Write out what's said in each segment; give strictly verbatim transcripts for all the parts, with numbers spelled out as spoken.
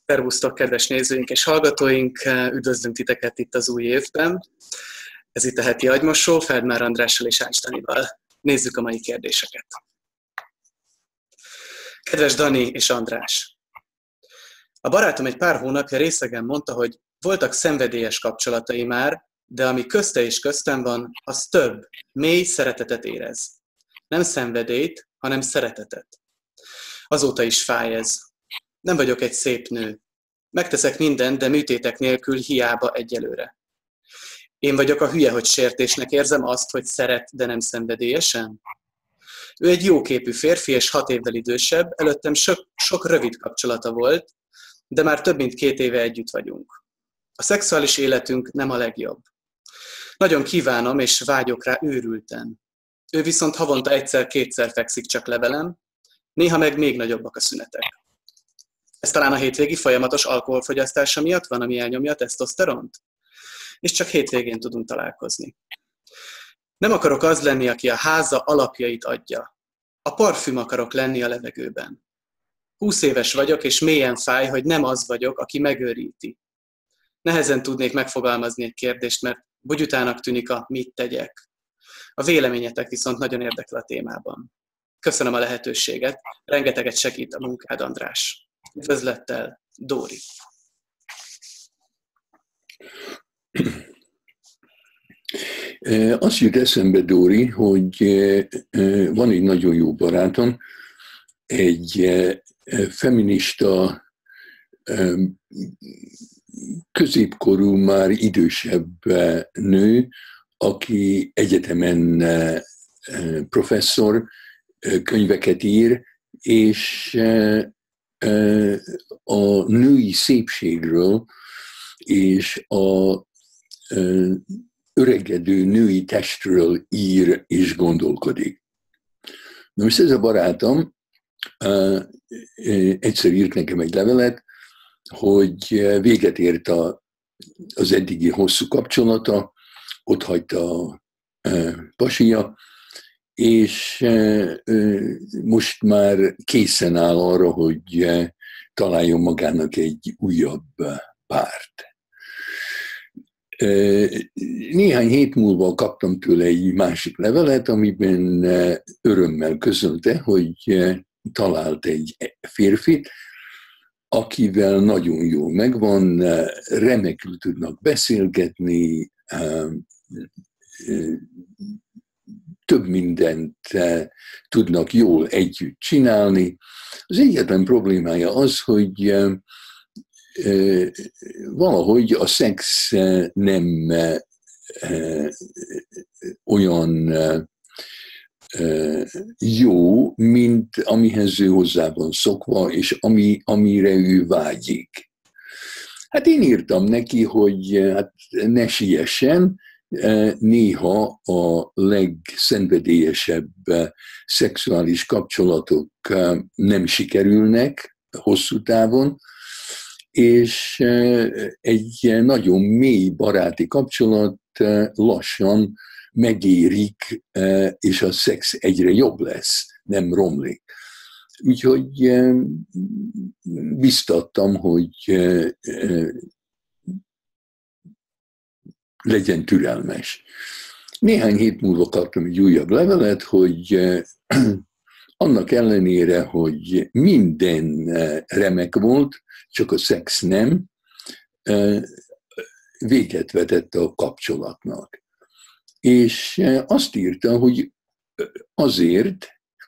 Szervusztok, kedves nézőink és hallgatóink! Üdvözlünk titeket itt az új évben. Ez itt a heti agymosó, Feldmár Andrással és Ács Danival. Nézzük a mai kérdéseket. Kedves Dani és András! A barátom egy pár hónapja részegen mondta, hogy voltak szenvedélyes kapcsolatai már, de ami közte és köztem van, az több, mély szeretetet érez. Nem szenvedélyt, hanem szeretetet. Azóta is fáj ez. Nem vagyok egy szép nő. Megteszek mindent, de műtétek nélkül hiába egyelőre. Én vagyok a hülye, hogy sértésnek érzem azt, hogy szeret, de nem szenvedélyesen? Ő egy jóképű férfi és hat évvel idősebb, előttem sok, sok rövid kapcsolata volt, de már több mint két éve együtt vagyunk. A szexuális életünk nem a legjobb. Nagyon kívánom és vágyok rá őrülten. Ő viszont havonta egyszer-kétszer fekszik csak levelem, néha meg még nagyobbak a szünetek. Ez talán a hétvégi folyamatos alkoholfogyasztása miatt van, ami elnyomja a tesztoszteront? És csak hétvégén tudunk találkozni. Nem akarok az lenni, aki a háza alapjait adja. A parfüm akarok lenni a levegőben. Húsz éves vagyok, és mélyen fáj, hogy nem az vagyok, aki megőríti. Nehezen tudnék megfogalmazni egy kérdést, mert bugyutának tűnik a mit tegyek. A véleményetek viszont nagyon érdekel a témában. Köszönöm a lehetőséget, rengeteget segít a munkád, András. Üdvözlettel, Dóri. Azt jut eszembe, Dóri, hogy van egy nagyon jó barátom, egy feminista, középkorú, már idősebb nő, aki egyetemen professzor, könyveket ír, és a női szépségről és a öregedő női testről ír és gondolkodik. Na most ez a barátom egyszer írt nekem egy levelet, hogy véget ért a, az eddigi hosszú kapcsolata, ott hagyta a pasia, és most már készen áll arra, hogy találjon magának egy újabb párt. Néhány hét múlva kaptam tőle egy másik levelet, amiben örömmel közölte, hogy talált egy férfit, akivel nagyon jól megvan, remekül tudnak beszélgetni, több mindent tudnak jól együtt csinálni. Az egyetlen problémája az, hogy valahogy a szex nem olyan jó, mint amihez ő hozzá van szokva, és ami, amire ő vágyik. Hát én írtam neki, hogy hát ne siessen, néha a legszenvedélyesebb szexuális kapcsolatok nem sikerülnek hosszú távon, és egy nagyon mély baráti kapcsolat lassan megérik, és a szex egyre jobb lesz, nem romlik. Úgyhogy biztattam, hogy legyen türelmes. Néhány hét múlva kaptam egy újabb levelet, hogy annak ellenére, hogy minden remek volt, csak a szex nem, véget vetett a kapcsolatnak. És azt írta, hogy azért,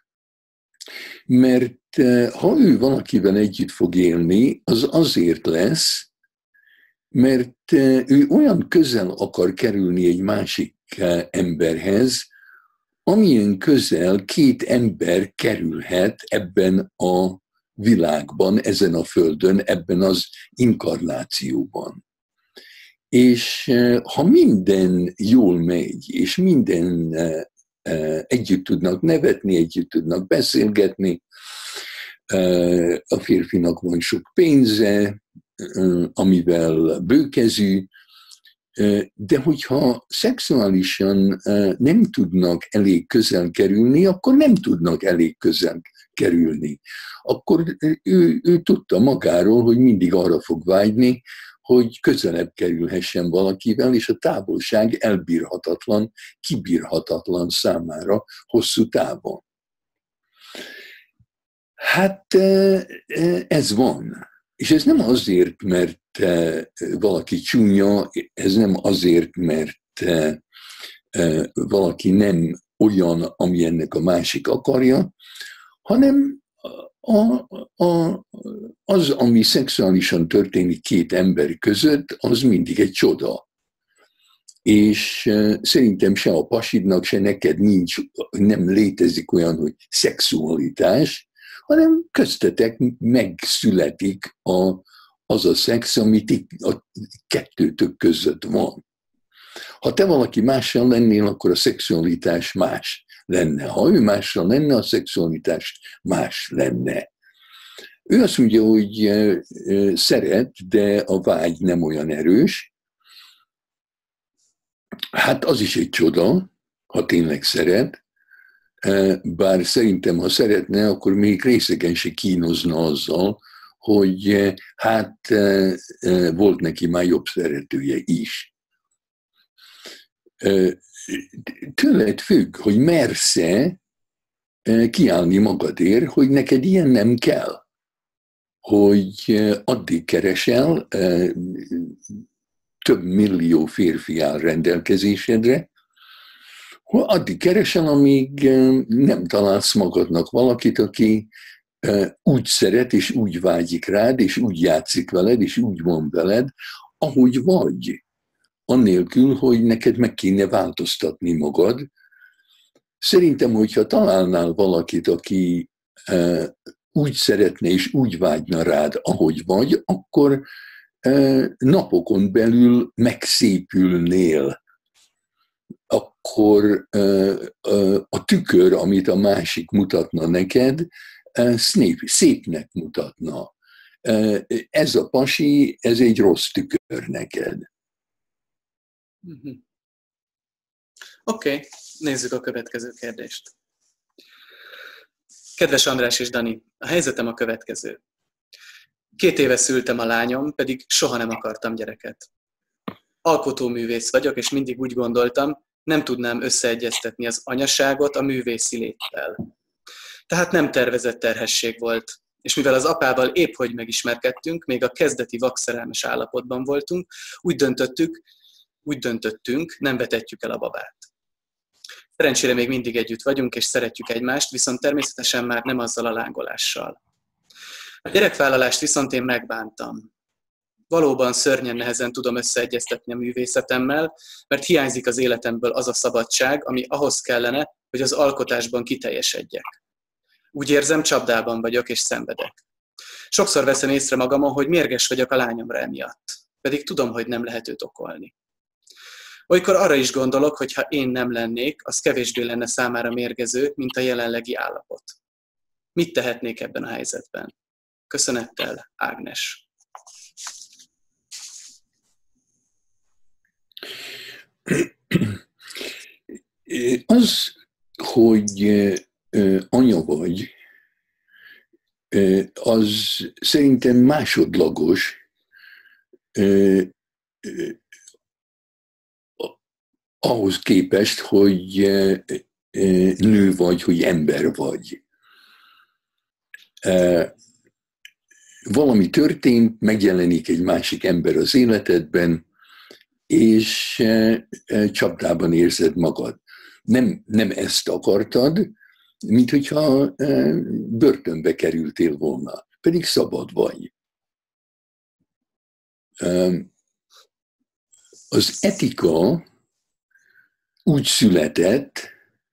mert ha ő valakivel együtt fog élni, az azért lesz, mert ő olyan közel akar kerülni egy másik emberhez, amilyen közel két ember kerülhet ebben a világban, ezen a földön, ebben az inkarnációban. És ha minden jól megy, és minden együtt tudnak nevetni, együtt tudnak beszélgetni, a férfinak van sok pénze, amivel bőkezű, De hogyha szexuálisan nem tudnak elég közel kerülni, akkor nem tudnak elég közel kerülni. Akkor ő, ő tudta magáról, hogy mindig arra fog vágyni, hogy közelebb kerülhessen valakivel, és a távolság elbírhatatlan, kibírhatatlan számára hosszú távon. Hát ez van. És ez nem azért, mert valaki csúnya, ez nem azért, mert valaki nem olyan, ami ennek a másik akarja, hanem a, a, az, ami szexuálisan történik két ember között, az mindig egy csoda. És szerintem se a pasidnak, se neked nincs, nem létezik olyan, hogy szexualitás, hanem köztetek megszületik a, az a szex, amit a kettőtök között van. Ha te valaki mással lennél, akkor a szexualitás más lenne. Ha ő mással lenne, a szexualitás más lenne. Ő azt mondja, hogy szeret, de a vágy nem olyan erős. Hát az is egy csoda, ha tényleg szeret. Bár szerintem, ha szeretne, akkor még részegen se kínozna azzal, hogy hát volt neki már jobb szeretője is. Tőled függ, hogy mersz-e kiállni magadért, hogy neked ilyen nem kell. Hogy addig keresel, több millió férfi áll rendelkezésedre, addig keresel, amíg nem találsz magadnak valakit, aki úgy szeret, és úgy vágyik rád, és úgy játszik veled, és úgy van veled, ahogy vagy. Annélkül, hogy neked meg kéne változtatni magad. Szerintem, hogyha találnál valakit, aki úgy szeretne, és úgy vágyna rád, ahogy vagy, akkor napokon belül megszépülnél. Akkor a tükör, amit a másik mutatna neked, szépnek mutatna. Ez a pasi, ez egy rossz tükör neked. Uh-huh. Oké, okay. Nézzük a következő kérdést. Kedves András és Dani, a helyzetem a következő. Két éve szültem a lányom, pedig soha nem akartam gyereket. Alkotóművész vagyok, és mindig úgy gondoltam, nem tudnám összeegyeztetni az anyaságot a művészi léttel. Tehát nem tervezett terhesség volt, és mivel az apával épp hogy megismerkedtünk, még a kezdeti vakszerelmes állapotban voltunk, úgy döntöttük, úgy döntöttünk, nem vetetjük el a babát. Szerencsére még mindig együtt vagyunk, és szeretjük egymást, viszont természetesen már nem azzal a lángolással. A gyerekvállalást viszont én megbántam. Valóban szörnyen nehezen tudom összeegyeztetni a művészetemmel, mert hiányzik az életemből az a szabadság, ami ahhoz kellene, hogy az alkotásban kiteljesedjek. Úgy érzem, csapdában vagyok és szenvedek. Sokszor veszem észre magamon, hogy mérges vagyok a lányomra emiatt, pedig tudom, hogy nem lehet őt okolni. Olykor arra is gondolok, hogy ha én nem lennék, az kevésbé lenne számára mérgező, mint a jelenlegi állapot. Mit tehetnék ebben a helyzetben? Köszönettel, Ágnes. Az, hogy anya vagy, az szerintem másodlagos, ahhoz képest, hogy nő vagy, hogy ember vagy. Valami történt, megjelenik egy másik ember az életedben, és csapdában érzed magad. Nem, nem ezt akartad, mint hogyha börtönbe kerültél volna, pedig szabad vagy. Az etika úgy született,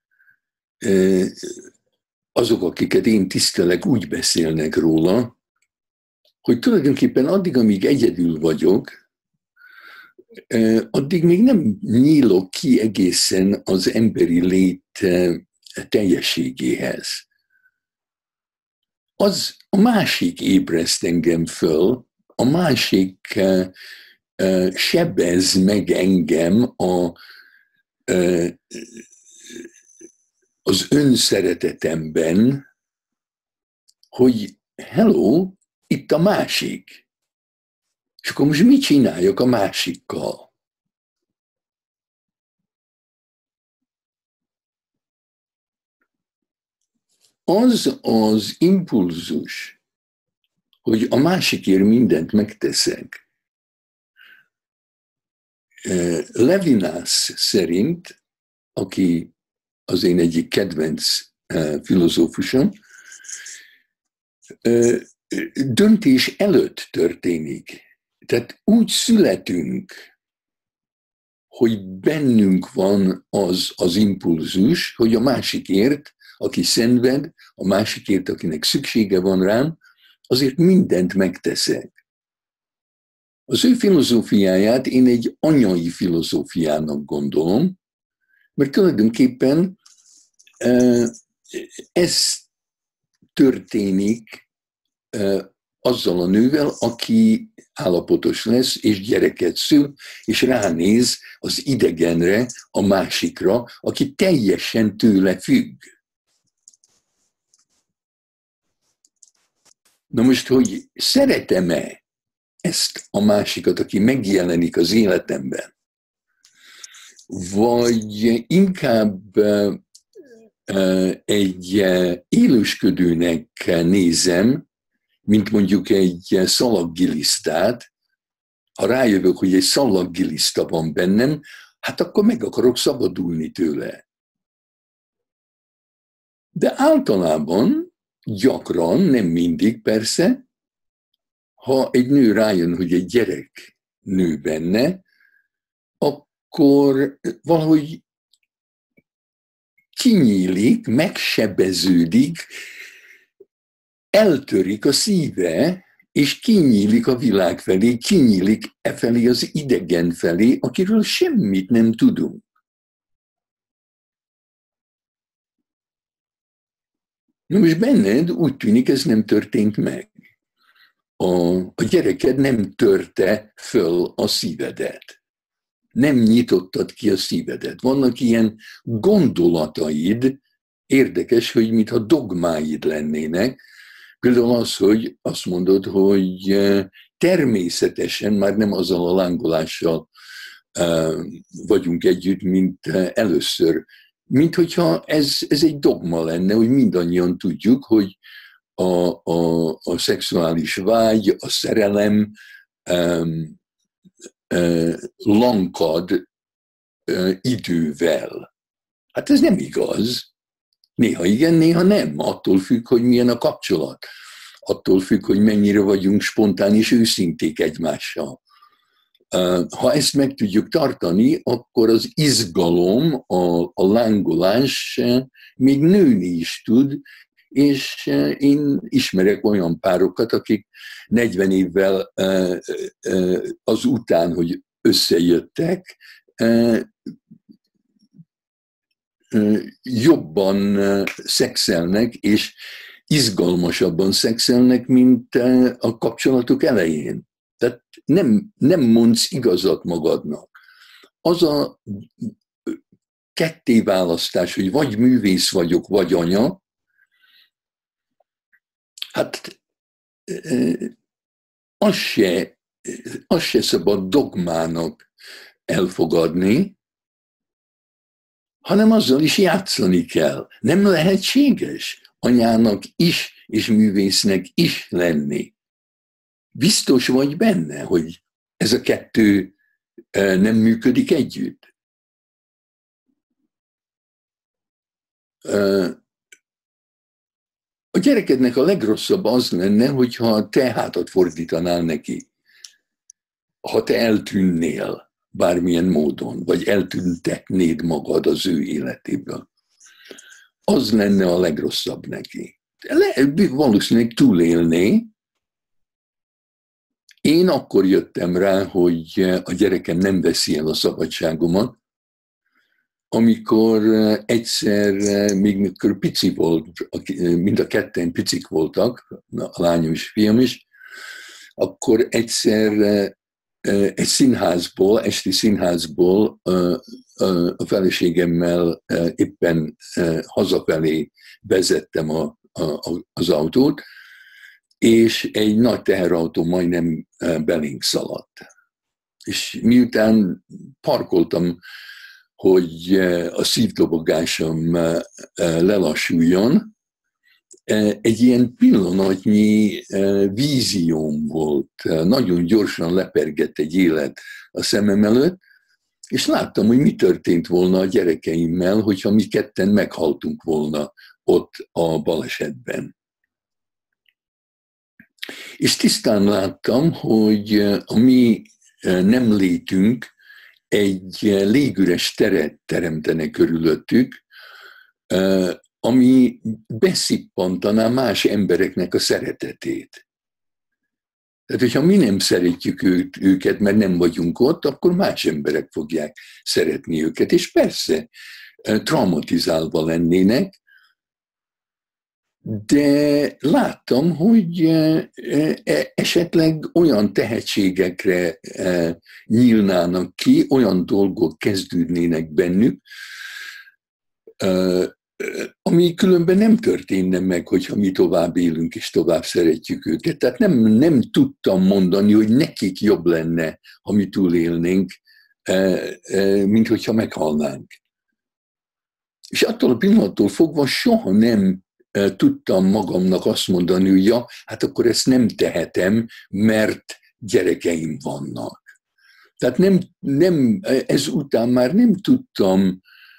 azok, akiket én tisztelek, úgy beszélnek róla, hogy tulajdonképpen addig, amíg egyedül vagyok, addig még nem nyílok ki egészen az emberi lét teljességéhez. Az a másik ébreszt engem föl, a másik sebez meg engem a, az önszeretetemben, hogy hello, itt a másik. És akkor most mit csináljak a másikkal? Az az impulzus, hogy a másikért mindent megteszek. Levinas szerint, aki az én egyik kedvenc filozófusom, döntés előtt történik. Tehát úgy születünk, hogy bennünk van az az impulzus, hogy a másikért, aki szenved, a másikért, akinek szüksége van rám, azért mindent megteszek. Az ő filozófiáját én egy anyai filozófiának gondolom, mert tulajdonképpen ez történik azzal a nővel, aki állapotos lesz, és gyereket szül, és ránéz az idegenre, a másikra, aki teljesen tőle függ. Na most, hogy szeretem-e ezt a másikat, aki megjelenik az életemben, vagy inkább egy élősködőnek nézem, mint mondjuk egy szalaggilisztát, ha rájövök, hogy egy szalaggiliszta van bennem, hát akkor meg akarok szabadulni tőle. De általában, gyakran, nem mindig persze, ha egy nő rájön, hogy egy gyerek nő benne, akkor valahogy kinyílik, megsebeződik, eltörik a szíve, és kinyílik a világ felé, kinyílik e felé az idegen felé, akiről semmit nem tudunk. Na most benned úgy tűnik, ez nem történt meg. A, a gyereked nem törte föl a szívedet. Nem nyitottad ki a szívedet. Vannak ilyen gondolataid, érdekes, hogy mintha dogmáid lennének. Például az, hogy azt mondod, hogy természetesen már nem azzal a lángolással vagyunk együtt, mint először. Mint hogyha ez, ez egy dogma lenne, hogy mindannyian tudjuk, hogy a, a, a szexuális vágy, a szerelem um, uh, lankad uh, idővel. Hát ez nem igaz. Néha igen, néha nem. Attól függ, hogy milyen a kapcsolat. Attól függ, hogy mennyire vagyunk spontán és őszinték egymással. Ha ezt meg tudjuk tartani, akkor az izgalom, a, a lángolás még nőni is tud, és én ismerek olyan párokat, akik negyven évvel az után, hogy összejöttek, jobban szexelnek, és izgalmasabban szexelnek, mint a kapcsolatuk elején. Tehát nem, nem mondsz igazat magadnak. Az a kettéválasztás, hogy vagy művész vagyok, vagy anya, hát az se, az se szabad dogmának elfogadni, hanem azzal is játszani kell. Nem lehetséges anyának is, és művésznek is lenni. Biztos vagy benne, hogy ez a kettő nem működik együtt? A gyerekednek a legrosszabb az lenne, hogyha te hátat fordítanál neki. Ha te eltűnnél bármilyen módon, vagy eltüntetnéd magad az ő életéből. Az lenne a legrosszabb neki. Le, valószínűleg túlélné. Én akkor jöttem rá, hogy a gyerekem nem veszi el a szabadságomat, amikor egyszer, még mikor pici volt, mind a ketten picik voltak, a lányom és fiam is, akkor egyszer egy színházból, esti színházból a feleségemmel éppen hazafelé vezettem a, a, az autót, és egy nagy teherautó majdnem belénk szaladt. És miután parkoltam, hogy a szívdobogásom lelassuljon, egy ilyen pillanatnyi vízióm volt. Nagyon gyorsan lepergett egy élet a szemem előtt, és láttam, hogy mi történt volna a gyerekeimmel, hogyha mi ketten meghaltunk volna ott a balesetben. És tisztán láttam, hogy a mi nem létünk egy légüres teret teremtene körülöttük, ami beszippantaná más embereknek a szeretetét. Tehát, hogyha mi nem szeretjük őket, mert nem vagyunk ott, akkor más emberek fogják szeretni őket. És persze, traumatizálva lennének, de láttam, hogy esetleg olyan tehetségekre nyílnának ki, olyan dolgok kezdődnének bennük, ami különben nem történne meg, hogyha mi tovább élünk és tovább szeretjük őket. Tehát nem, nem tudtam mondani, hogy nekik jobb lenne, ha mi túlélnénk, mint hogyha meghalnánk. És attól a pillanattól fogva soha nem tudtam magamnak azt mondani, hogy ja, hát akkor ezt nem tehetem, mert gyerekeim vannak. Tehát nem, nem, ezután már nem tudtam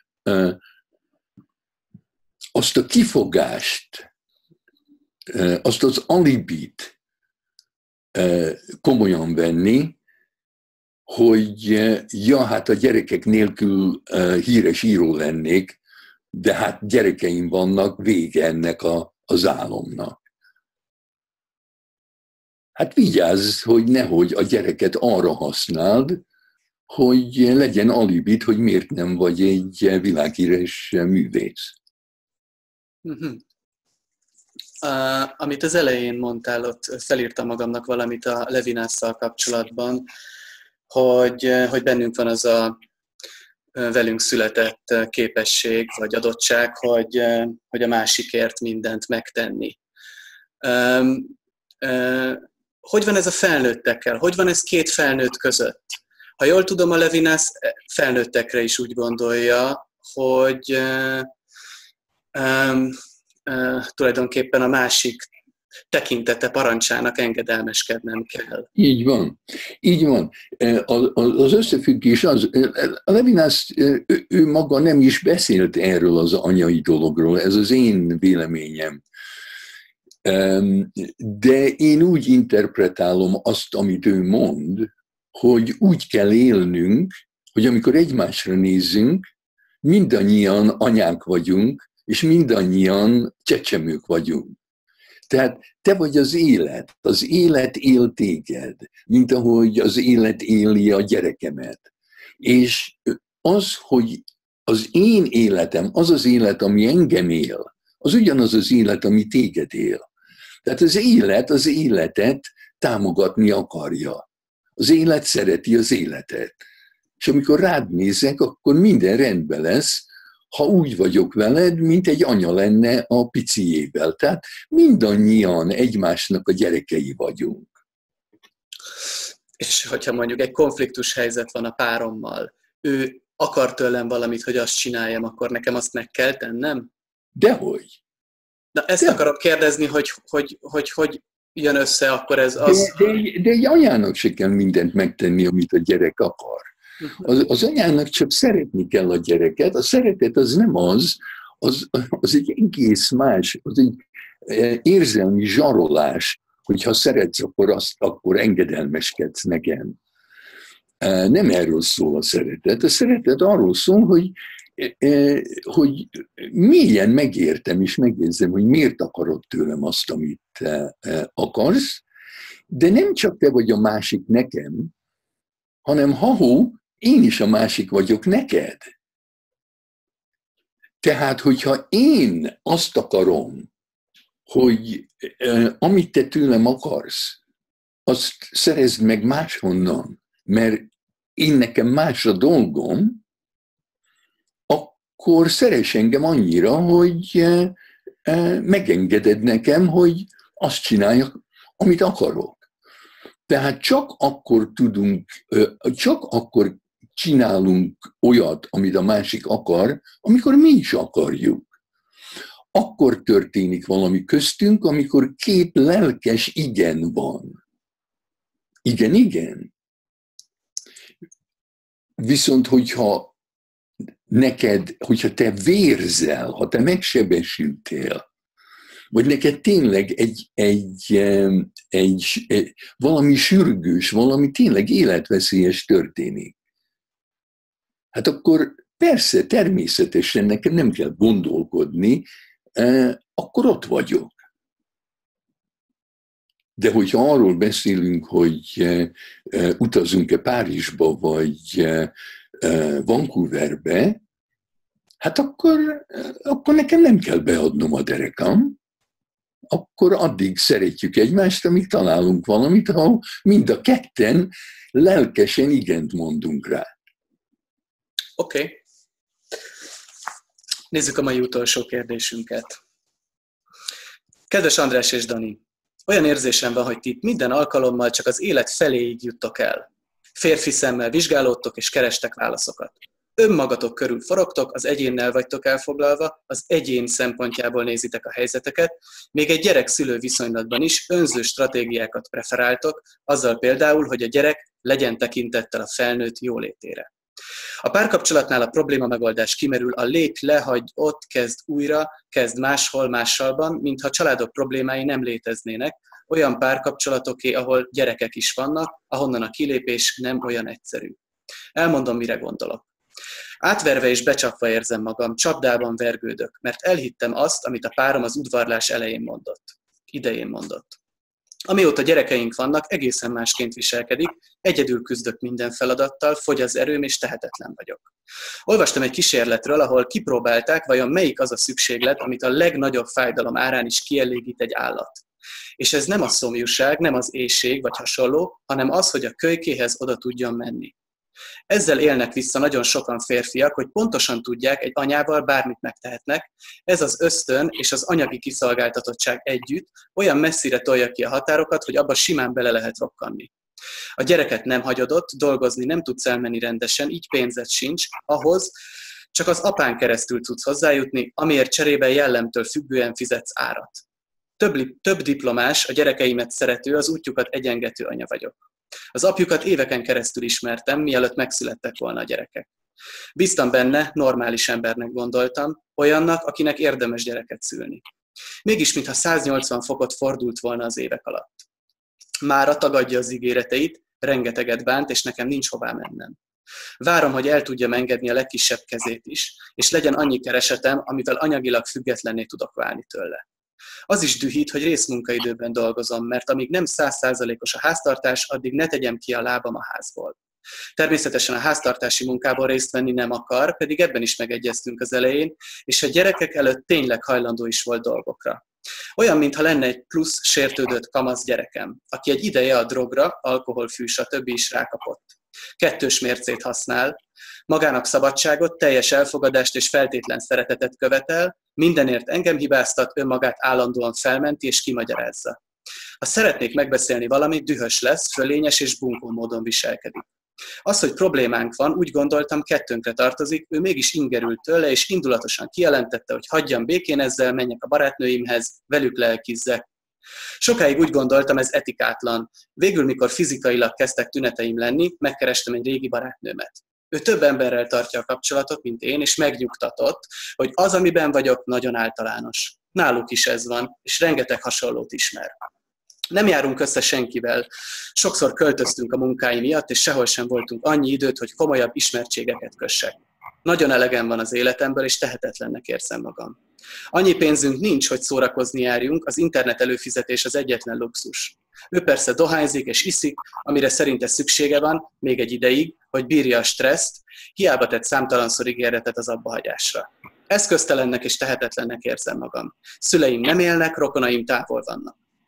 azt a kifogást, azt az alibit komolyan venni, hogy ja, hát a gyerekek nélkül híres író lennék, de hát gyerekeim vannak, vége ennek a, az álomnak. Hát vigyázz, hogy nehogy a gyereket arra használd, hogy legyen alibit, hogy miért nem vagy egy világhíres művész. Uh-huh. Uh, amit az elején mondtál, ott felírtam magamnak valamit a Levinásszal kapcsolatban, hogy, hogy bennünk van az a velünk született képesség vagy adottság, hogy, hogy a másikért mindent megtenni. Um, uh, hogy van ez a felnőttekkel? Hogy van ez két felnőtt között? Ha jól tudom, a Levinas felnőttekre is úgy gondolja, hogy uh, um, uh, tulajdonképpen a másik tekintete parancsának engedelmeskednem kell. Így van. Így van. Az összefüggés az, a Levinas, ő, ő maga nem is beszélt erről az anyai dologról, ez az én véleményem. De én úgy interpretálom azt, amit ő mond, hogy úgy kell élnünk, hogy amikor egymásra nézzünk, mindannyian anyák vagyunk, és mindannyian csecsemők vagyunk. Tehát te vagy az élet, az élet él téged, mint ahogy az élet éli a gyerekemet. És az, hogy az én életem, az az élet, ami engem él, az ugyanaz az élet, ami téged él. Tehát az élet az életet támogatni akarja. Az élet szereti az életet. És amikor rád nézek, akkor minden rendben lesz, ha úgy vagyok veled, mint egy anya lenne a piciével. Tehát mindannyian egymásnak a gyerekei vagyunk. És hogyha mondjuk egy konfliktus helyzet van a párommal, ő akar tőlem valamit, hogy azt csináljam, akkor nekem azt meg kell tennem? Dehogy. Na ezt Dehogy. akarom kérdezni, hogy hogy, hogy hogy jön össze akkor ez az... De, de, de egy anyának se kell mindent megtenni, amit a gyerek akar. Az, az anyának csak szeretni kell a gyereket, a szeretet az nem az, az, az egy egész más, az egy érzelmi zsarolás, hogyha szeretsz, akkor, azt, akkor engedelmeskedsz nekem. Nem erről szól a szeretet. A szeretet arról szól, hogy, hogy mélyen megértem és megérzem, hogy miért akarod tőlem azt, amit akarsz, de nem csak te vagy a másik nekem, hanem ha-hó, én is a másik vagyok neked. Tehát, hogyha én azt akarom, hogy eh, amit te tőlem akarsz, azt szerezd meg máshonnan, mert én nekem más a dolgom, akkor szeress engem annyira, hogy megengeded nekem, hogy azt csináljak, amit akarok. Tehát csak akkor tudunk, csak akkor csinálunk olyat, amit a másik akar, amikor mi is akarjuk. Akkor történik valami köztünk, amikor két lelkes igen van. Igen, igen. Viszont, hogyha neked, hogyha te vérzel, ha te megsebesültél, vagy neked tényleg egy, egy, egy, egy valami sürgős, valami tényleg életveszélyes történik, hát akkor persze, természetesen nekem nem kell gondolkodni, akkor ott vagyok. De hogyha arról beszélünk, hogy utazunk-e Párizsba, vagy Vancouverbe, hát akkor, akkor nekem nem kell beadnom a derekam, akkor addig szeretjük egymást, amíg találunk valamit, ha mind a ketten lelkesen igent mondunk rá. Oké. Okay. Nézzük a mai utolsó kérdésünket. Kedves András és Dani, olyan érzésem van, hogy ti minden alkalommal csak az élet feléig juttok el. Férfi szemmel vizsgálódtok és kerestek válaszokat. Önmagatok körül forogtok, az egyénnel vagytok elfoglalva, az egyén szempontjából nézitek a helyzeteket, még egy gyerek-szülő viszonylatban is önző stratégiákat preferáltok, azzal például, hogy a gyerek legyen tekintettel a felnőtt jólétére. A párkapcsolatnál a probléma megoldás kimerül, a lépj le, hagyj ott, kezd újra, kezd máshol, mássalban, mintha családok problémái nem léteznének, olyan párkapcsolatoké, ahol gyerekek is vannak, ahonnan a kilépés nem olyan egyszerű. Elmondom, mire gondolok. Átverve és becsapva érzem magam, csapdában vergődök, mert elhittem azt, amit a párom az udvarlás elején mondott, idején mondott. Amióta gyerekeink vannak, egészen másként viselkedik, egyedül küzdök minden feladattal, fogy az erőm és tehetetlen vagyok. Olvastam egy kísérletről, ahol kipróbálták, vajon melyik az a szükséglet, amit a legnagyobb fájdalom árán is kielégít egy állat. És ez nem a szomjúság, nem az éhség vagy hasonló, hanem az, hogy a kölykéhez oda tudjon menni. Ezzel élnek vissza nagyon sokan férfiak, hogy pontosan tudják, egy anyával bármit megtehetnek, ez az ösztön és az anyagi kiszolgáltatottság együtt olyan messzire tolja ki a határokat, hogy abba simán bele lehet rokkanni. A gyereket nem hagyod ott, dolgozni nem tudsz elmenni rendesen, így pénzed sincs, ahhoz csak az apán keresztül tudsz hozzájutni, amiért cserébe jellemtől függően fizetsz árat. Több, több diplomás, a gyerekeimet szerető, az útjukat egyengető anya vagyok. Az apjukat éveken keresztül ismertem, mielőtt megszülettek volna a gyerekek. Bíztam benne, normális embernek gondoltam, olyannak, akinek érdemes gyereket szülni. Mégis, mintha száznyolcvan fokot fordult volna az évek alatt. Mára tagadja az ígéreteit, rengeteget bánt, és nekem nincs hová mennem. Várom, hogy el tudjam engedni a legkisebb kezét is, és legyen annyi keresetem, amivel anyagilag függetlenné tudok válni tőle. Az is dühít, hogy részmunkaidőben dolgozom, mert amíg nem száz százalékos a háztartás, addig ne tegyem ki a lábam a házból. Természetesen a háztartási munkából részt venni nem akar, pedig ebben is megegyeztünk az elején, és a gyerekek előtt tényleg hajlandó is volt dolgokra. Olyan, mintha lenne egy plusz sértődött kamasz gyerekem, aki egy ideje a drogra, alkohol, fű, stb. Is rákapott. Kettős mércét használ, magának szabadságot, teljes elfogadást és feltétlen szeretetet követel, mindenért engem hibáztat, önmagát állandóan felmenti és kimagyarázza. Ha szeretnék megbeszélni valamit, dühös lesz, fölényes és bunkó módon viselkedik. Az, hogy problémánk van, úgy gondoltam, kettőnkre tartozik, ő mégis ingerült tőle, és indulatosan kijelentette, hogy hagyjam békén ezzel, menjek a barátnőimhez, velük lelkizzek. Sokáig úgy gondoltam, ez etikátlan. Végül, mikor fizikailag kezdtek tüneteim lenni, megkerestem egy régi barátnőmet. Ő több emberrel tartja a kapcsolatot, mint én, és megnyugtatott, hogy az, amiben vagyok, nagyon általános. Náluk is ez van, és rengeteg hasonlót ismer. Nem járunk össze senkivel. Sokszor költöztünk a munkái miatt, és sehol sem voltunk annyi időt, hogy komolyabb ismertségeket kössek. Nagyon elegem van az életemből, és tehetetlennek érzem magam. Annyi pénzünk nincs, hogy szórakozni járjunk, az internet előfizetés az egyetlen luxus. Ő persze dohányzik és iszik, amire szerinte szüksége van, még egy ideig, hogy bírja a stresszt, hiába tett számtalanszor ígéretet az abbahagyásra. Eszköztelennek és tehetetlennek érzem magam. Szüleim nem élnek, rokonaim távol vannak.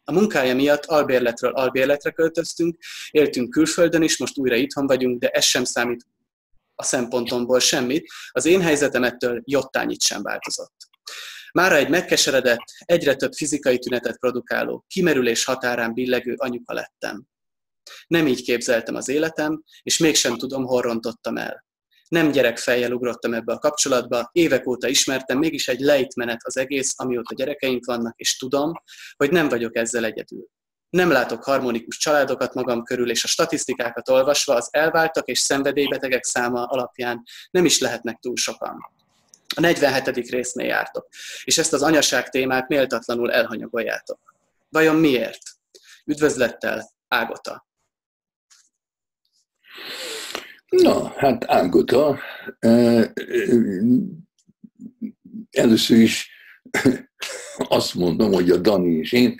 A munkája miatt albérletről albérletre költöztünk, éltünk külföldön is, most újra itthon vagyunk, de ez sem számít a szempontomból semmit, az én helyzetem ettől jottányit sem változott. Mára egy megkeseredett, egyre több fizikai tünetet produkáló, kimerülés határán billegő anyuka lettem. Nem így képzeltem az életem, és mégsem tudom, hol rontottam el. Nem gyerekfejjel ugrottam ebbe a kapcsolatba, évek óta ismertem, mégis egy lejtmenet az egész, amióta gyerekeink vannak, és tudom, hogy nem vagyok ezzel egyedül. Nem látok harmonikus családokat magam körül, és a statisztikákat olvasva az elváltak és szenvedélybetegek száma alapján nem is lehetnek túl sokan. A negyvenhetedik résznél jártok, és ezt az anyaság témát méltatlanul elhanyagoljátok. Vajon miért? Üdvözlettel, Ágota. Na, hát Ágota, először is azt mondom, hogy a Dani és én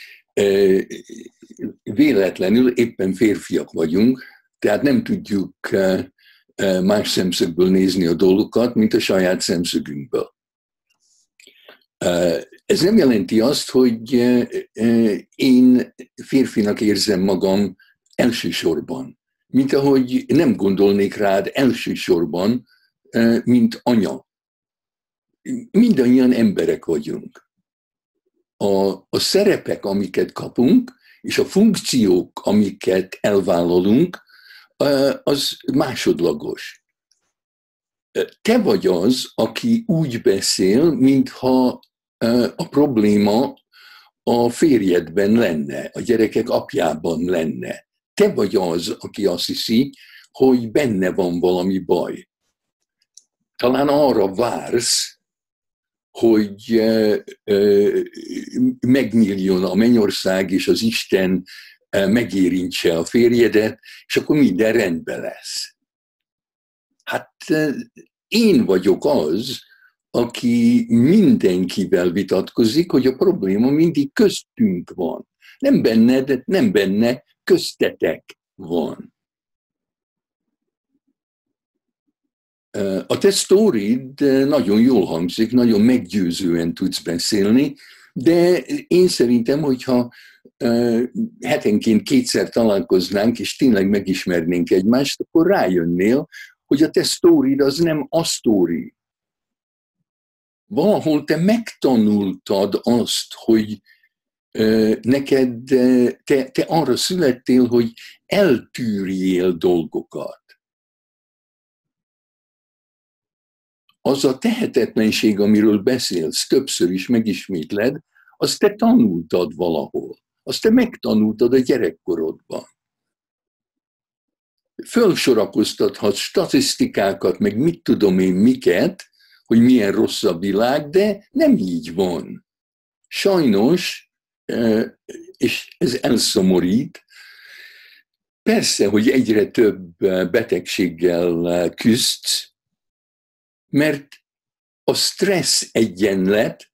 véletlenül éppen férfiak vagyunk, tehát nem tudjuk más szemszögből nézni a dolgokat, mint a saját szemszögünkből. Ez nem jelenti azt, hogy én férfinak érzem magam elsősorban, mint ahogy nem gondolnék rád elsősorban, mint anya. Mindannyian emberek vagyunk. A, a szerepek, amiket kapunk, és a funkciók, amiket elvállalunk, az másodlagos. Te vagy az, aki úgy beszél, mintha a probléma a férjedben lenne, a gyerekek apjában lenne. Te vagy az, aki azt hiszi, hogy benne van valami baj. Talán arra vársz, hogy megnyíljon a mennyország, és az Isten megérintse a férjedet, és akkor minden rendben lesz. Hát én vagyok az, aki mindenkivel vitatkozik, hogy a probléma mindig köztünk van. Nem benned, nem benne, köztetek van. A te sztorid nagyon jól hangzik, nagyon meggyőzően tudsz beszélni, de én szerintem, hogyha hetenként kétszer találkoznánk, és tényleg megismernénk egymást, akkor rájönnél, hogy a te sztorid az nem a sztori. Valahol te megtanultad azt, hogy neked, te, te arra születtél, hogy eltűrjél dolgokat. Az a tehetetlenség, amiről beszélsz, többször is megismétled, azt te tanultad valahol. Azt te megtanultad a gyerekkorodban. Fölsorakoztathatsz statisztikákat, meg mit tudom én miket, hogy milyen rossz a világ, de nem így van. Sajnos, és ez elszomorít, persze, hogy egyre több betegséggel küzdsz, mert a stressz egyenlet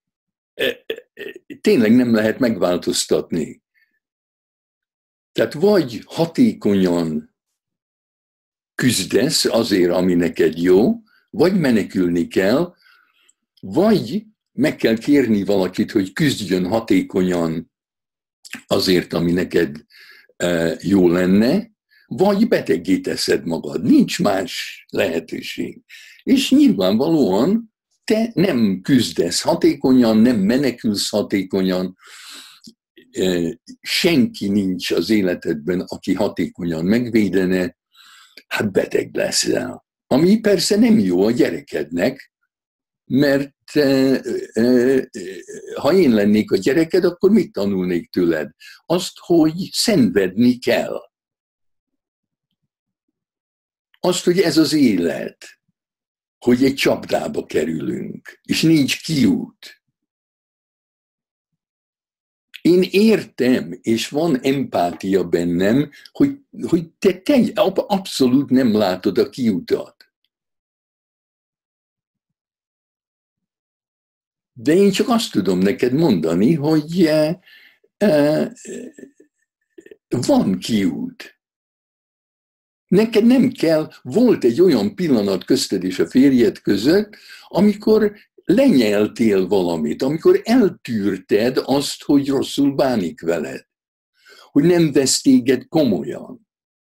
tényleg nem lehet megváltoztatni. Tehát vagy hatékonyan küzdesz azért, ami neked jó, vagy menekülni kell, vagy meg kell kérni valakit, hogy küzdjön hatékonyan azért, ami neked jó lenne, vagy beteggé teszed magad. Nincs más lehetőség. És nyilvánvalóan te nem küzdesz hatékonyan, nem menekülsz hatékonyan, senki nincs az életedben, aki hatékonyan megvédene, hát beteg leszel. Ami persze nem jó a gyerekednek, mert ha én lennék a gyereked, akkor mit tanulnék tőled? Azt, hogy szenvedni kell. Azt, hogy ez az élet, hogy egy csapdába kerülünk, és nincs kiút. Én értem, és van empátia bennem, hogy, hogy te, te abszolút nem látod a kiutat. De én csak azt tudom neked mondani, hogy eh, eh, van kiút. Neked nem kell, volt egy olyan pillanat közted és a férjed között, amikor lenyeltél valamit, amikor eltűrted azt, hogy rosszul bánik veled, hogy nem vesz téged komolyan.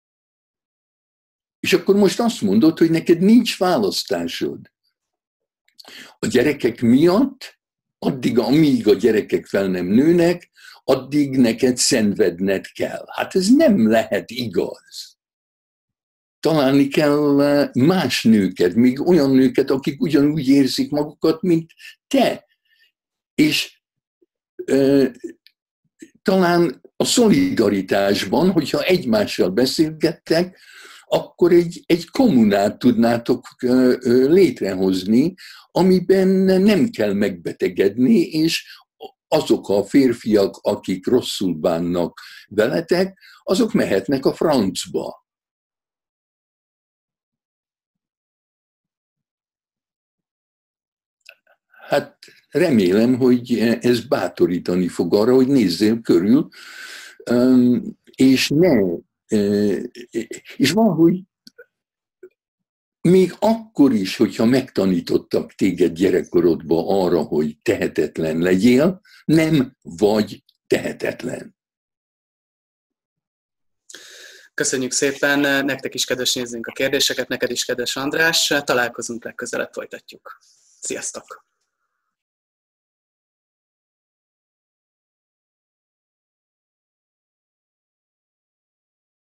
És akkor most azt mondod, hogy neked nincs választásod. A gyerekek miatt, addig, amíg a gyerekek fel nem nőnek, addig neked szenvedned kell. Hát ez nem lehet igaz. Találni kell más nőket, még olyan nőket, akik ugyanúgy érzik magukat, mint te. És e, talán a szolidaritásban, hogyha egymással beszélgettek, akkor egy, egy kommunát tudnátok létrehozni, amiben nem kell megbetegedni, és azok a férfiak, akik rosszul bánnak veletek, azok mehetnek a francba. Hát remélem, hogy ez bátorítani fog arra, hogy nézzél körül, és ne, és valahogy még akkor is, hogyha megtanítottak téged gyerekkorodban arra, hogy tehetetlen legyél, nem vagy tehetetlen. Köszönjük szépen, nektek is kedves nézzünk a kérdéseket, neked is kedves András, találkozunk legközelebb, folytatjuk. Sziasztok!